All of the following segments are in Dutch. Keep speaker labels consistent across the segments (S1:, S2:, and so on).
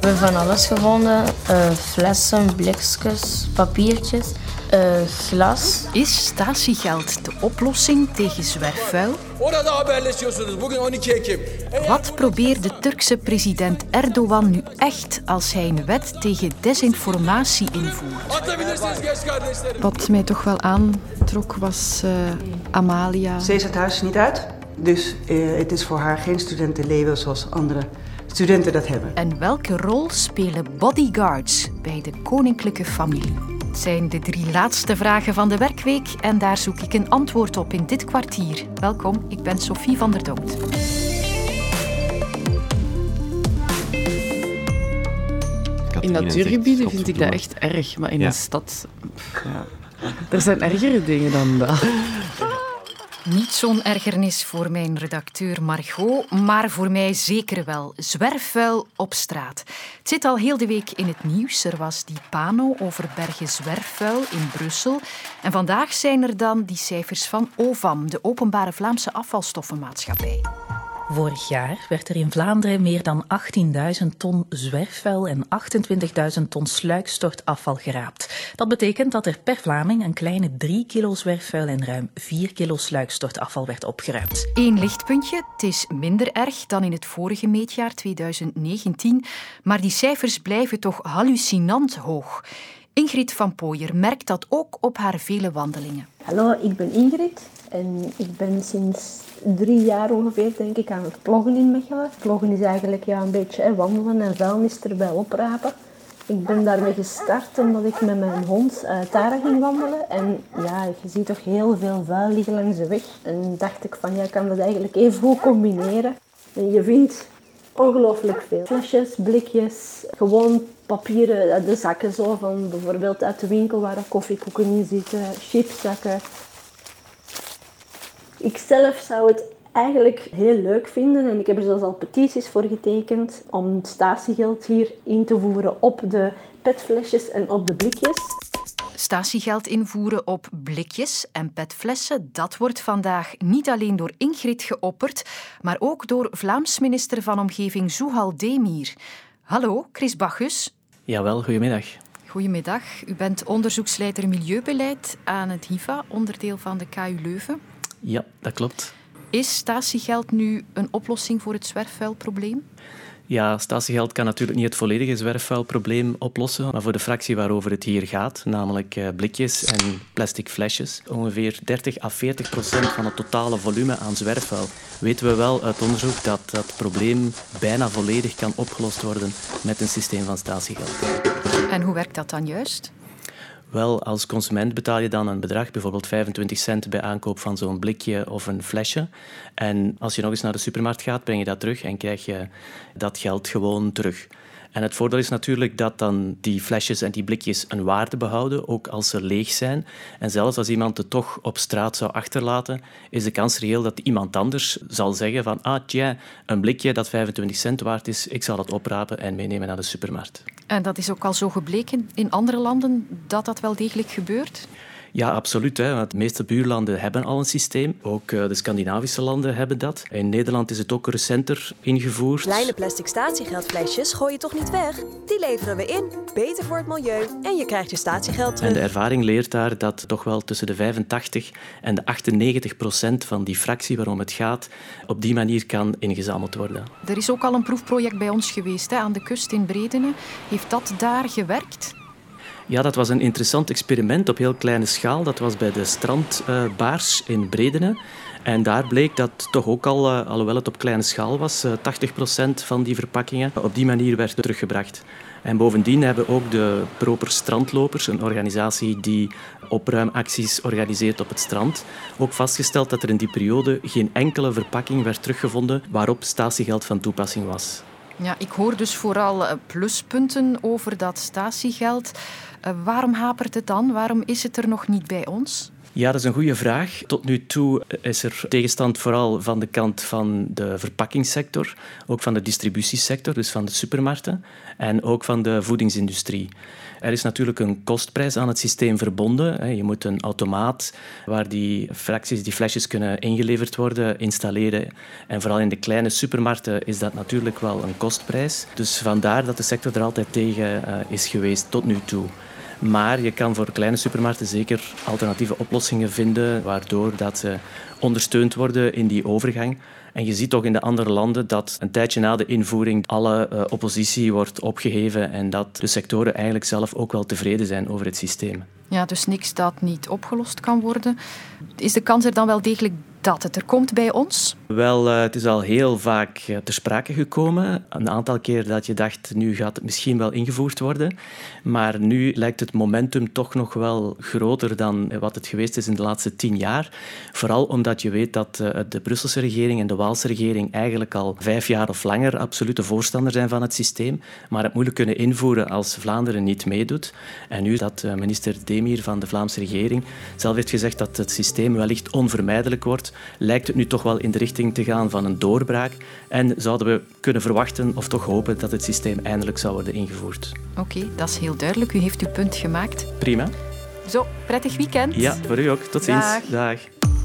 S1: We hebben van alles gevonden. Flessen, blikjes, papiertjes, glas.
S2: Is statiegeld de oplossing tegen zwerfvuil? Wat probeert de Turkse president Erdogan nu echt als hij een wet tegen desinformatie invoert?
S3: Wat mij toch wel aantrok was Amalia.
S4: Ze is het huis niet uit, dus het is voor haar geen studentenleven zoals andere studenten dat hebben.
S2: En welke rol spelen bodyguards bij de koninklijke familie? Het zijn de 3 laatste vragen van de werkweek en daar zoek ik een antwoord op in dit kwartier. Welkom, ik ben Sophie van der Dongt.
S3: In natuurgebieden vind ik dat echt erg, maar in een stad... Ja. Er zijn ergere dingen dan dat.
S2: Niet zo'n ergernis voor mijn redacteur Margot, maar voor mij zeker wel. Zwerfvuil op straat. Het zit al heel de week in het nieuws. Er was die pano over bergen zwerfvuil in Brussel. En vandaag zijn er dan die cijfers van OVAM, de Openbare Vlaamse Afvalstoffenmaatschappij.
S5: Vorig jaar werd er in Vlaanderen meer dan 18.000 ton zwerfvuil en 28.000 ton sluikstortafval geraapt. Dat betekent dat er per Vlaming een kleine 3 kilo zwerfvuil en ruim 4 kilo sluikstortafval werd opgeruimd.
S2: 1 lichtpuntje, het is minder erg dan in het vorige meetjaar 2019, maar die cijfers blijven toch hallucinant hoog. Ingrid van Pooijer merkt dat ook op haar vele wandelingen.
S6: Hallo, ik ben Ingrid en ik ben sinds 3 jaar ongeveer denk ik aan het ploggen in Mechelen. Ploggen is eigenlijk een beetje wandelen en vuilnis erbij oprapen. Ik ben daarmee gestart omdat ik met mijn hond Tara ging wandelen. En ja, je ziet toch heel veel vuil liggen langs de weg. En dacht ik van, ja, ik kan dat eigenlijk even goed combineren. En je vindt ongelooflijk veel. Flesjes, blikjes, gewoon papieren, de zakken zo van bijvoorbeeld uit de winkel waar koffiekoeken in zitten, chipszakken. Ik zelf zou het eigenlijk heel leuk vinden en ik heb er zelfs al petities voor getekend om statiegeld hier in te voeren op de petflesjes en op de blikjes.
S2: Statiegeld invoeren op blikjes en petflessen, dat wordt vandaag niet alleen door Ingrid geopperd, maar ook door Vlaams minister van Omgeving Zouhal Demir. Hallo, Chris Bacchus.
S7: Jawel, goedemiddag.
S2: Goedemiddag. U bent onderzoeksleider Milieubeleid aan het HIVA, onderdeel van de KU Leuven.
S7: Ja, dat klopt.
S2: Is statiegeld nu een oplossing voor het zwerfvuilprobleem?
S7: Ja, statiegeld kan natuurlijk niet het volledige zwerfvuilprobleem oplossen, maar voor de fractie waarover het hier gaat, namelijk blikjes en plastic flesjes, ongeveer 30-40% van het totale volume aan zwerfvuil, weten we wel uit onderzoek dat dat probleem bijna volledig kan opgelost worden met een systeem van statiegeld.
S2: En hoe werkt dat dan juist?
S7: Wel, als consument betaal je dan een bedrag, bijvoorbeeld 25 cent bij aankoop van zo'n blikje of een flesje. En als je nog eens naar de supermarkt gaat, breng je dat terug en krijg je dat geld gewoon terug. En het voordeel is natuurlijk dat dan die flesjes en die blikjes een waarde behouden, ook als ze leeg zijn. En zelfs als iemand het toch op straat zou achterlaten, is de kans reëel dat iemand anders zal zeggen van een blikje dat 25 cent waard is, ik zal dat oprapen en meenemen naar de supermarkt.
S2: En dat is ook al zo gebleken in andere landen dat dat wel degelijk gebeurt?
S7: Ja, absoluut. Want de meeste buurlanden hebben al een systeem. Ook de Scandinavische landen hebben dat. In Nederland is het ook recenter ingevoerd.
S8: Kleine plastic statiegeldflesjes gooi je toch niet weg? Die leveren we in. Beter voor het milieu. En je krijgt je statiegeld terug.
S7: En de ervaring leert daar dat toch wel tussen de 85 en de 98% van die fractie waarom het gaat, op die manier kan ingezameld worden.
S2: Er is ook al een proefproject bij ons geweest, aan de kust in Bredene. Heeft dat daar gewerkt?
S7: Ja, dat was een interessant experiment op heel kleine schaal. Dat was bij de strandbaars in Bredene. En daar bleek dat toch ook al, alhoewel het op kleine schaal was, 80% van die verpakkingen op die manier werd teruggebracht. En bovendien hebben ook de Proper Strandlopers, een organisatie die opruimacties organiseert op het strand, ook vastgesteld dat er in die periode geen enkele verpakking werd teruggevonden waarop statiegeld van toepassing was.
S2: Ja, ik hoor dus vooral pluspunten over dat statiegeld. Waarom hapert het dan? Waarom is het er nog niet bij ons?
S7: Ja, dat is een goede vraag. Tot nu toe is er tegenstand vooral van de kant van de verpakkingssector, ook van de distributiesector, dus van de supermarkten, en ook van de voedingsindustrie. Er is natuurlijk een kostprijs aan het systeem verbonden. Je moet een automaat waar die flesjes kunnen ingeleverd worden, installeren. En vooral in de kleine supermarkten is dat natuurlijk wel een kostprijs. Dus vandaar dat de sector er altijd tegen is geweest tot nu toe. Maar je kan voor kleine supermarkten zeker alternatieve oplossingen vinden, waardoor dat ze ondersteund worden in die overgang. En je ziet toch in de andere landen dat een tijdje na de invoering alle oppositie wordt opgeheven en dat de sectoren eigenlijk zelf ook wel tevreden zijn over het systeem.
S2: Ja, dus niks dat niet opgelost kan worden. Is de kans er dan wel degelijk dat het er komt bij ons?
S7: Wel, het is al heel vaak ter sprake gekomen. Een aantal keer dat je dacht, nu gaat het misschien wel ingevoerd worden. Maar nu lijkt het momentum toch nog wel groter dan wat het geweest is in de laatste 10 jaar. Vooral omdat je weet dat de Brusselse regering en de Waalse regering eigenlijk al 5 jaar of langer absolute voorstander zijn van het systeem, maar het moeilijk kunnen invoeren als Vlaanderen niet meedoet. En nu dat minister Demir van de Vlaamse regering zelf heeft gezegd dat het systeem wellicht onvermijdelijk wordt, lijkt het nu toch wel in de richting te gaan van een doorbraak en zouden we kunnen verwachten of toch hopen dat het systeem eindelijk zou worden ingevoerd.
S2: Oké, dat is heel duidelijk. U heeft uw punt gemaakt.
S7: Prima.
S2: Zo, prettig weekend.
S7: Ja, voor u ook. Tot ziens.
S2: Dag.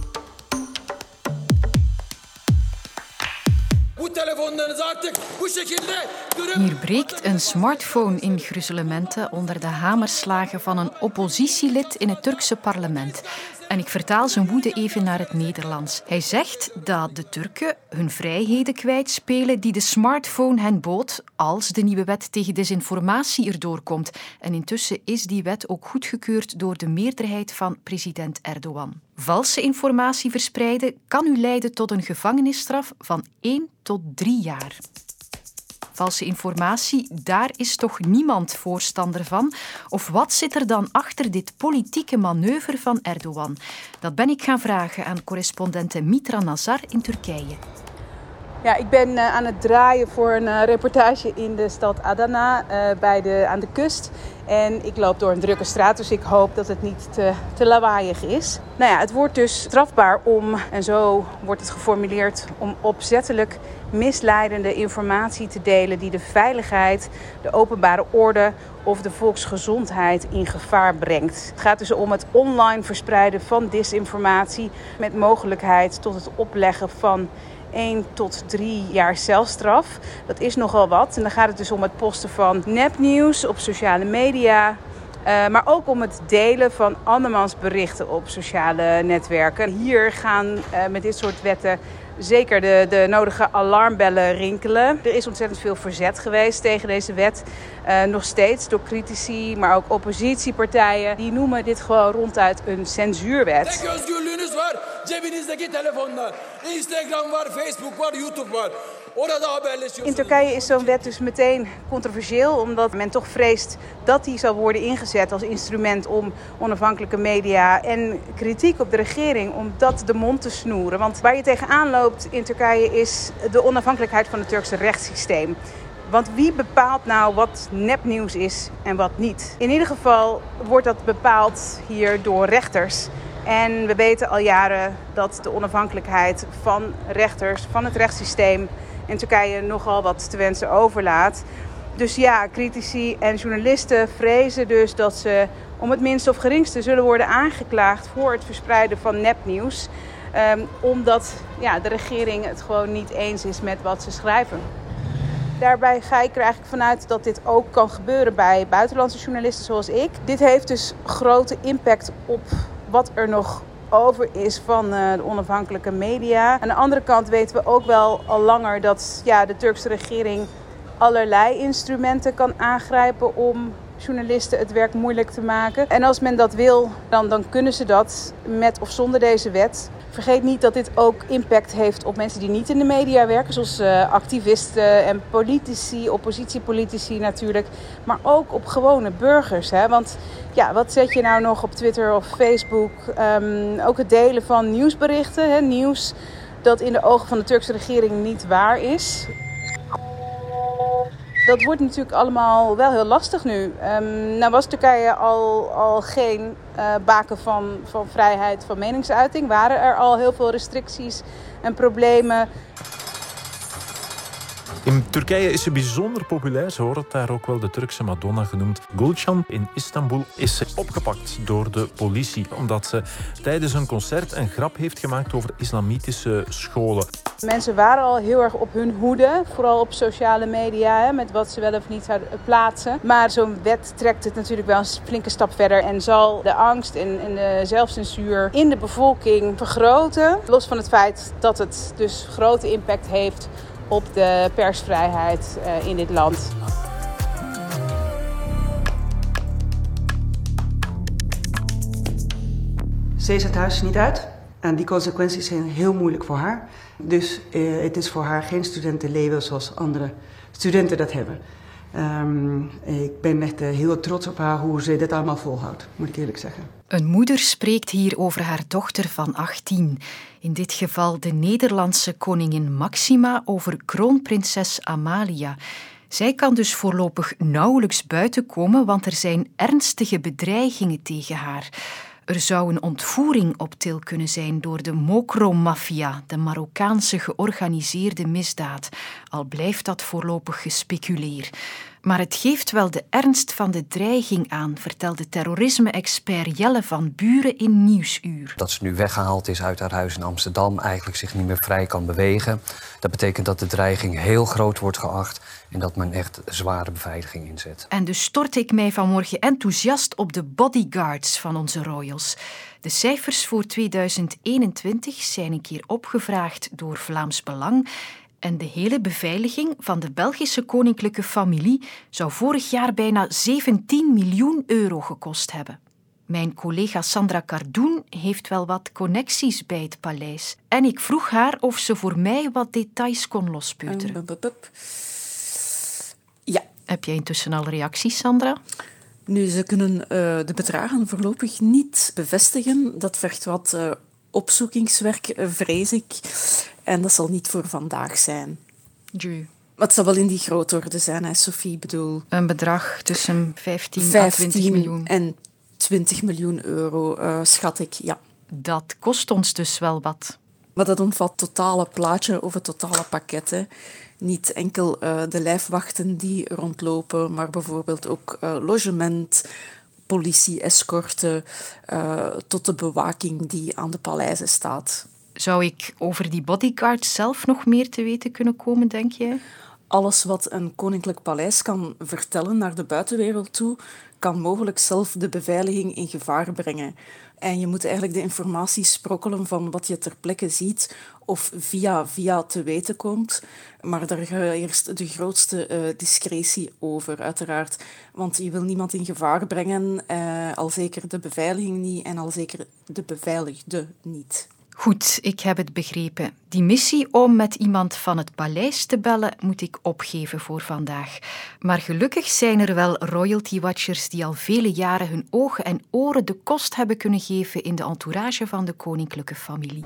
S2: Hier breekt een smartphone in gruzelementen onder de hamerslagen van een oppositielid in het Turkse parlement. En ik vertaal zijn woede even naar het Nederlands. Hij zegt dat de Turken hun vrijheden kwijtspelen die de smartphone hen bood als de nieuwe wet tegen desinformatie erdoor komt. En intussen is die wet ook goedgekeurd door de meerderheid van president Erdogan. Valse informatie verspreiden kan u leiden tot een gevangenisstraf van 1 tot 3 jaar. Valse informatie, daar is toch niemand voorstander van? Of wat zit er dan achter dit politieke manoeuvre van Erdogan? Dat ben ik gaan vragen aan correspondente Mitra Nazar in Turkije.
S9: Ja, ik ben aan het draaien voor een reportage in de stad Adana aan de kust. En ik loop door een drukke straat, dus ik hoop dat het niet te lawaaiig is. Nou ja, het wordt dus strafbaar om, en zo wordt het geformuleerd, om opzettelijk misleidende informatie te delen die de veiligheid, de openbare orde of de volksgezondheid in gevaar brengt. Het gaat dus om het online verspreiden van disinformatie met mogelijkheid tot het opleggen van 1 tot 3 jaar celstraf. Dat is nogal wat. En dan gaat het dus om het posten van nepnieuws op sociale media. Maar ook om het delen van andermans berichten op sociale netwerken. Hier gaan met dit soort wetten zeker de nodige alarmbellen rinkelen. Er is ontzettend veel verzet geweest tegen deze wet. Nog steeds door critici, maar ook oppositiepartijen. Die noemen dit gewoon ronduit een censuurwet. Instagram var, Facebook var, YouTube var. In Turkije is zo'n wet dus meteen controversieel, omdat men toch vreest dat die zal worden ingezet als instrument om onafhankelijke media en kritiek op de regering, om dat de mond te snoeren. Want waar je tegenaan loopt in Turkije is de onafhankelijkheid van het Turkse rechtssysteem. Want wie bepaalt nou wat nepnieuws is en wat niet? In ieder geval wordt dat bepaald hier door rechters. En we weten al jaren dat de onafhankelijkheid van rechters, van het rechtssysteem in Turkije nogal wat te wensen overlaat. Dus ja, critici en journalisten vrezen dus dat ze om het minste of geringste zullen worden aangeklaagd voor het verspreiden van nepnieuws. Omdat de regering het gewoon niet eens is met wat ze schrijven. Daarbij ga ik er eigenlijk vanuit dat dit ook kan gebeuren bij buitenlandse journalisten zoals ik. Dit heeft dus grote impact op wat er nog over is van de onafhankelijke media. Aan de andere kant weten we ook wel al langer dat de Turkse regering allerlei instrumenten kan aangrijpen om journalisten het werk moeilijk te maken. En als men dat wil, dan kunnen ze dat met of zonder deze wet. Vergeet niet dat dit ook impact heeft op mensen die niet in de media werken, zoals activisten en politici, oppositiepolitici natuurlijk, maar ook op gewone burgers. Hè? Want wat zet je nou nog op Twitter of Facebook? Ook het delen van nieuwsberichten, nieuws dat in de ogen van de Turkse regering niet waar is. Dat wordt natuurlijk allemaal wel heel lastig nu. Nou was Turkije al geen baken van vrijheid van meningsuiting. Waren er al heel veel restricties en problemen.
S10: In Turkije is ze bijzonder populair. Ze wordt daar ook wel de Turkse Madonna genoemd. Gülşen in Istanbul is ze opgepakt door de politie, omdat ze tijdens een concert een grap heeft gemaakt over islamitische scholen.
S9: Mensen waren al heel erg op hun hoede, vooral op sociale media, met wat ze wel of niet zouden plaatsen. Maar zo'n wet trekt het natuurlijk wel een flinke stap verder en zal de angst en de zelfcensuur in de bevolking vergroten. Los van het feit dat het dus grote impact heeft op de persvrijheid in dit land.
S4: Ze is het huis niet uit en die consequenties zijn heel moeilijk voor haar. Dus het is voor haar geen studentenleven zoals andere studenten dat hebben. Ik ben echt heel trots op haar hoe ze dit allemaal volhoudt, moet ik eerlijk zeggen.
S2: Een moeder spreekt hier over haar dochter van 18. In dit geval de Nederlandse koningin Maxima over kroonprinses Amalia. Zij kan dus voorlopig nauwelijks buiten komen, want er zijn ernstige bedreigingen tegen haar. Er zou een ontvoering op til kunnen zijn door de Mokro-maffia, de Marokkaanse georganiseerde misdaad. Al blijft dat voorlopig gespeculeer. Maar het geeft wel de ernst van de dreiging aan, vertelde terrorisme-expert Jelle van Buren in Nieuwsuur.
S11: Dat ze nu weggehaald is uit haar huis in Amsterdam, eigenlijk zich niet meer vrij kan bewegen. Dat betekent dat de dreiging heel groot wordt geacht en dat men echt zware beveiliging inzet.
S2: En dus stort ik mij vanmorgen enthousiast op de bodyguards van onze royals. De cijfers voor 2021 zijn een keer opgevraagd door Vlaams Belang. En de hele beveiliging van de Belgische koninklijke familie zou vorig jaar bijna 17 miljoen euro gekost hebben. Mijn collega Sandra Cardoen heeft wel wat connecties bij het paleis. En ik vroeg haar of ze voor mij wat details kon lospeuteren.
S12: Ja.
S2: Heb jij intussen al reacties, Sandra?
S12: Nu, ze kunnen de bedragen voorlopig niet bevestigen. Dat vergt wat opzoekingswerk, vrees ik. En dat zal niet voor vandaag zijn. Maar het zal wel in die grootorde zijn, hè, Sophie, bedoel.
S2: Een bedrag tussen 15 en 20 miljoen.
S12: En 20 miljoen euro, schat ik, ja.
S2: Dat kost ons dus wel wat.
S12: Maar dat omvat het totale plaatje of het totale pakket, hè. Niet enkel de lijfwachten die rondlopen, maar bijvoorbeeld ook logement, politie, escorte, tot de bewaking die aan de paleizen staat.
S2: Zou ik over die bodyguards zelf nog meer te weten kunnen komen, denk jij?
S12: Alles wat een koninklijk paleis kan vertellen naar de buitenwereld toe, kan mogelijk zelf de beveiliging in gevaar brengen. En je moet eigenlijk de informatie sprokkelen van wat je ter plekke ziet of via te weten komt. Maar daar heerst de grootste discretie over, uiteraard. Want je wil niemand in gevaar brengen, al zeker de beveiliging niet en al zeker de beveiligde niet.
S2: Goed, ik heb het begrepen. Die missie om met iemand van het paleis te bellen moet ik opgeven voor vandaag. Maar gelukkig zijn er wel royalty-watchers die al vele jaren hun ogen en oren de kost hebben kunnen geven in de entourage van de koninklijke familie.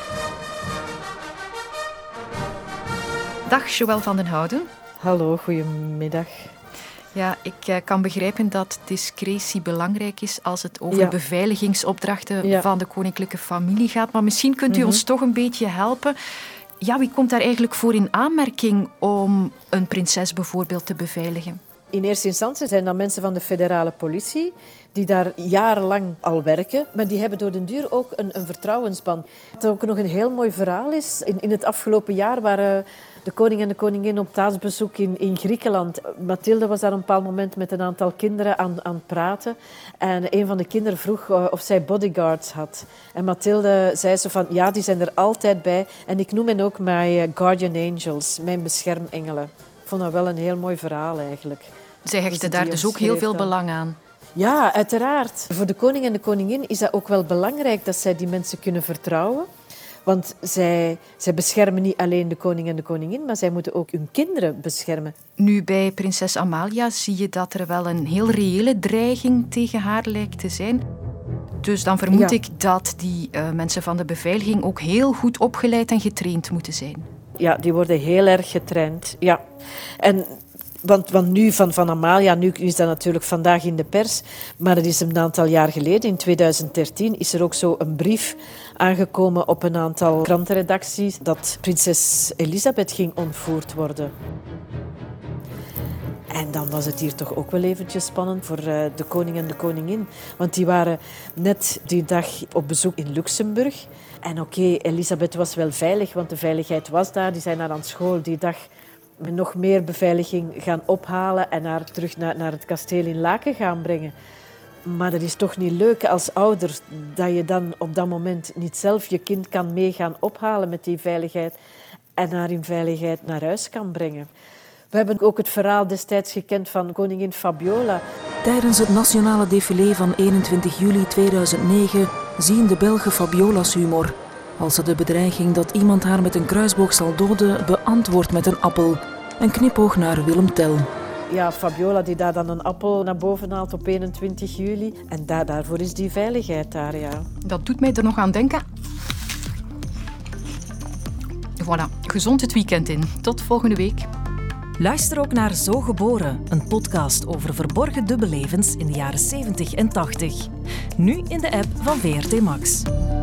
S2: Dag, Joël van den Houten.
S13: Hallo, goedemiddag.
S2: Ja, ik kan begrijpen dat discretie belangrijk is als het over beveiligingsopdrachten van de koninklijke familie gaat. Maar misschien kunt u ons toch een beetje helpen. Ja, wie komt daar eigenlijk voor in aanmerking om een prinses bijvoorbeeld te beveiligen?
S13: In eerste instantie zijn dat mensen van de federale politie die daar jarenlang al werken, maar die hebben door den duur ook een vertrouwensband. Wat ook nog een heel mooi verhaal is, in het afgelopen jaar waren de koning en de koningin op staatsbezoek in Griekenland. Mathilde was daar op een bepaald moment met een aantal kinderen aan het praten. En een van de kinderen vroeg of zij bodyguards had. En Mathilde zei zo van, ja, die zijn er altijd bij. En ik noem hen ook mijn guardian angels, mijn beschermengelen. Ik vond dat wel een heel mooi verhaal eigenlijk.
S2: Zij hechten daar dus ook heel veel belang aan.
S13: Ja, uiteraard. Voor de koning en de koningin is dat ook wel belangrijk dat zij die mensen kunnen vertrouwen. Want zij beschermen niet alleen de koning en de koningin, maar zij moeten ook hun kinderen beschermen.
S2: Nu, bij prinses Amalia zie je dat er wel een heel reële dreiging tegen haar lijkt te zijn. Dus dan vermoed ik dat die mensen van de beveiliging ook heel goed opgeleid en getraind moeten zijn.
S13: Ja, die worden heel erg getraind. Ja. En Want nu van Amalia, nu is dat natuurlijk vandaag in de pers, maar het is een aantal jaar geleden, in 2013, is er ook zo een brief aangekomen op een aantal krantenredacties dat prinses Elisabeth ging ontvoerd worden. En dan was het hier toch ook wel eventjes spannend voor de koning en de koningin. Want die waren net die dag op bezoek in Luxemburg. En oké, Elisabeth was wel veilig, want de veiligheid was daar. Die zijn haar aan school die dag met nog meer beveiliging gaan ophalen en haar terug naar het kasteel in Laken gaan brengen. Maar dat is toch niet leuk als ouder dat je dan op dat moment niet zelf je kind kan mee gaan ophalen met die veiligheid en haar in veiligheid naar huis kan brengen. We hebben ook het verhaal destijds gekend van koningin Fabiola.
S14: Tijdens het nationale défilé van 21 juli 2009 zien de Belgen Fabiola's humor. Als ze de bedreiging dat iemand haar met een kruisboog zal doden beantwoordt met een appel. Een knipoog naar Willem Tell.
S13: Ja, Fabiola die daar dan een appel naar boven haalt op 21 juli. En daarvoor is die veiligheid daar, ja.
S2: Dat doet mij er nog aan denken. Voilà, gezond het weekend in. Tot volgende week.
S14: Luister ook naar Zo Geboren, een podcast over verborgen dubbellevens in de jaren 70 en 80. Nu in de app van VRT Max.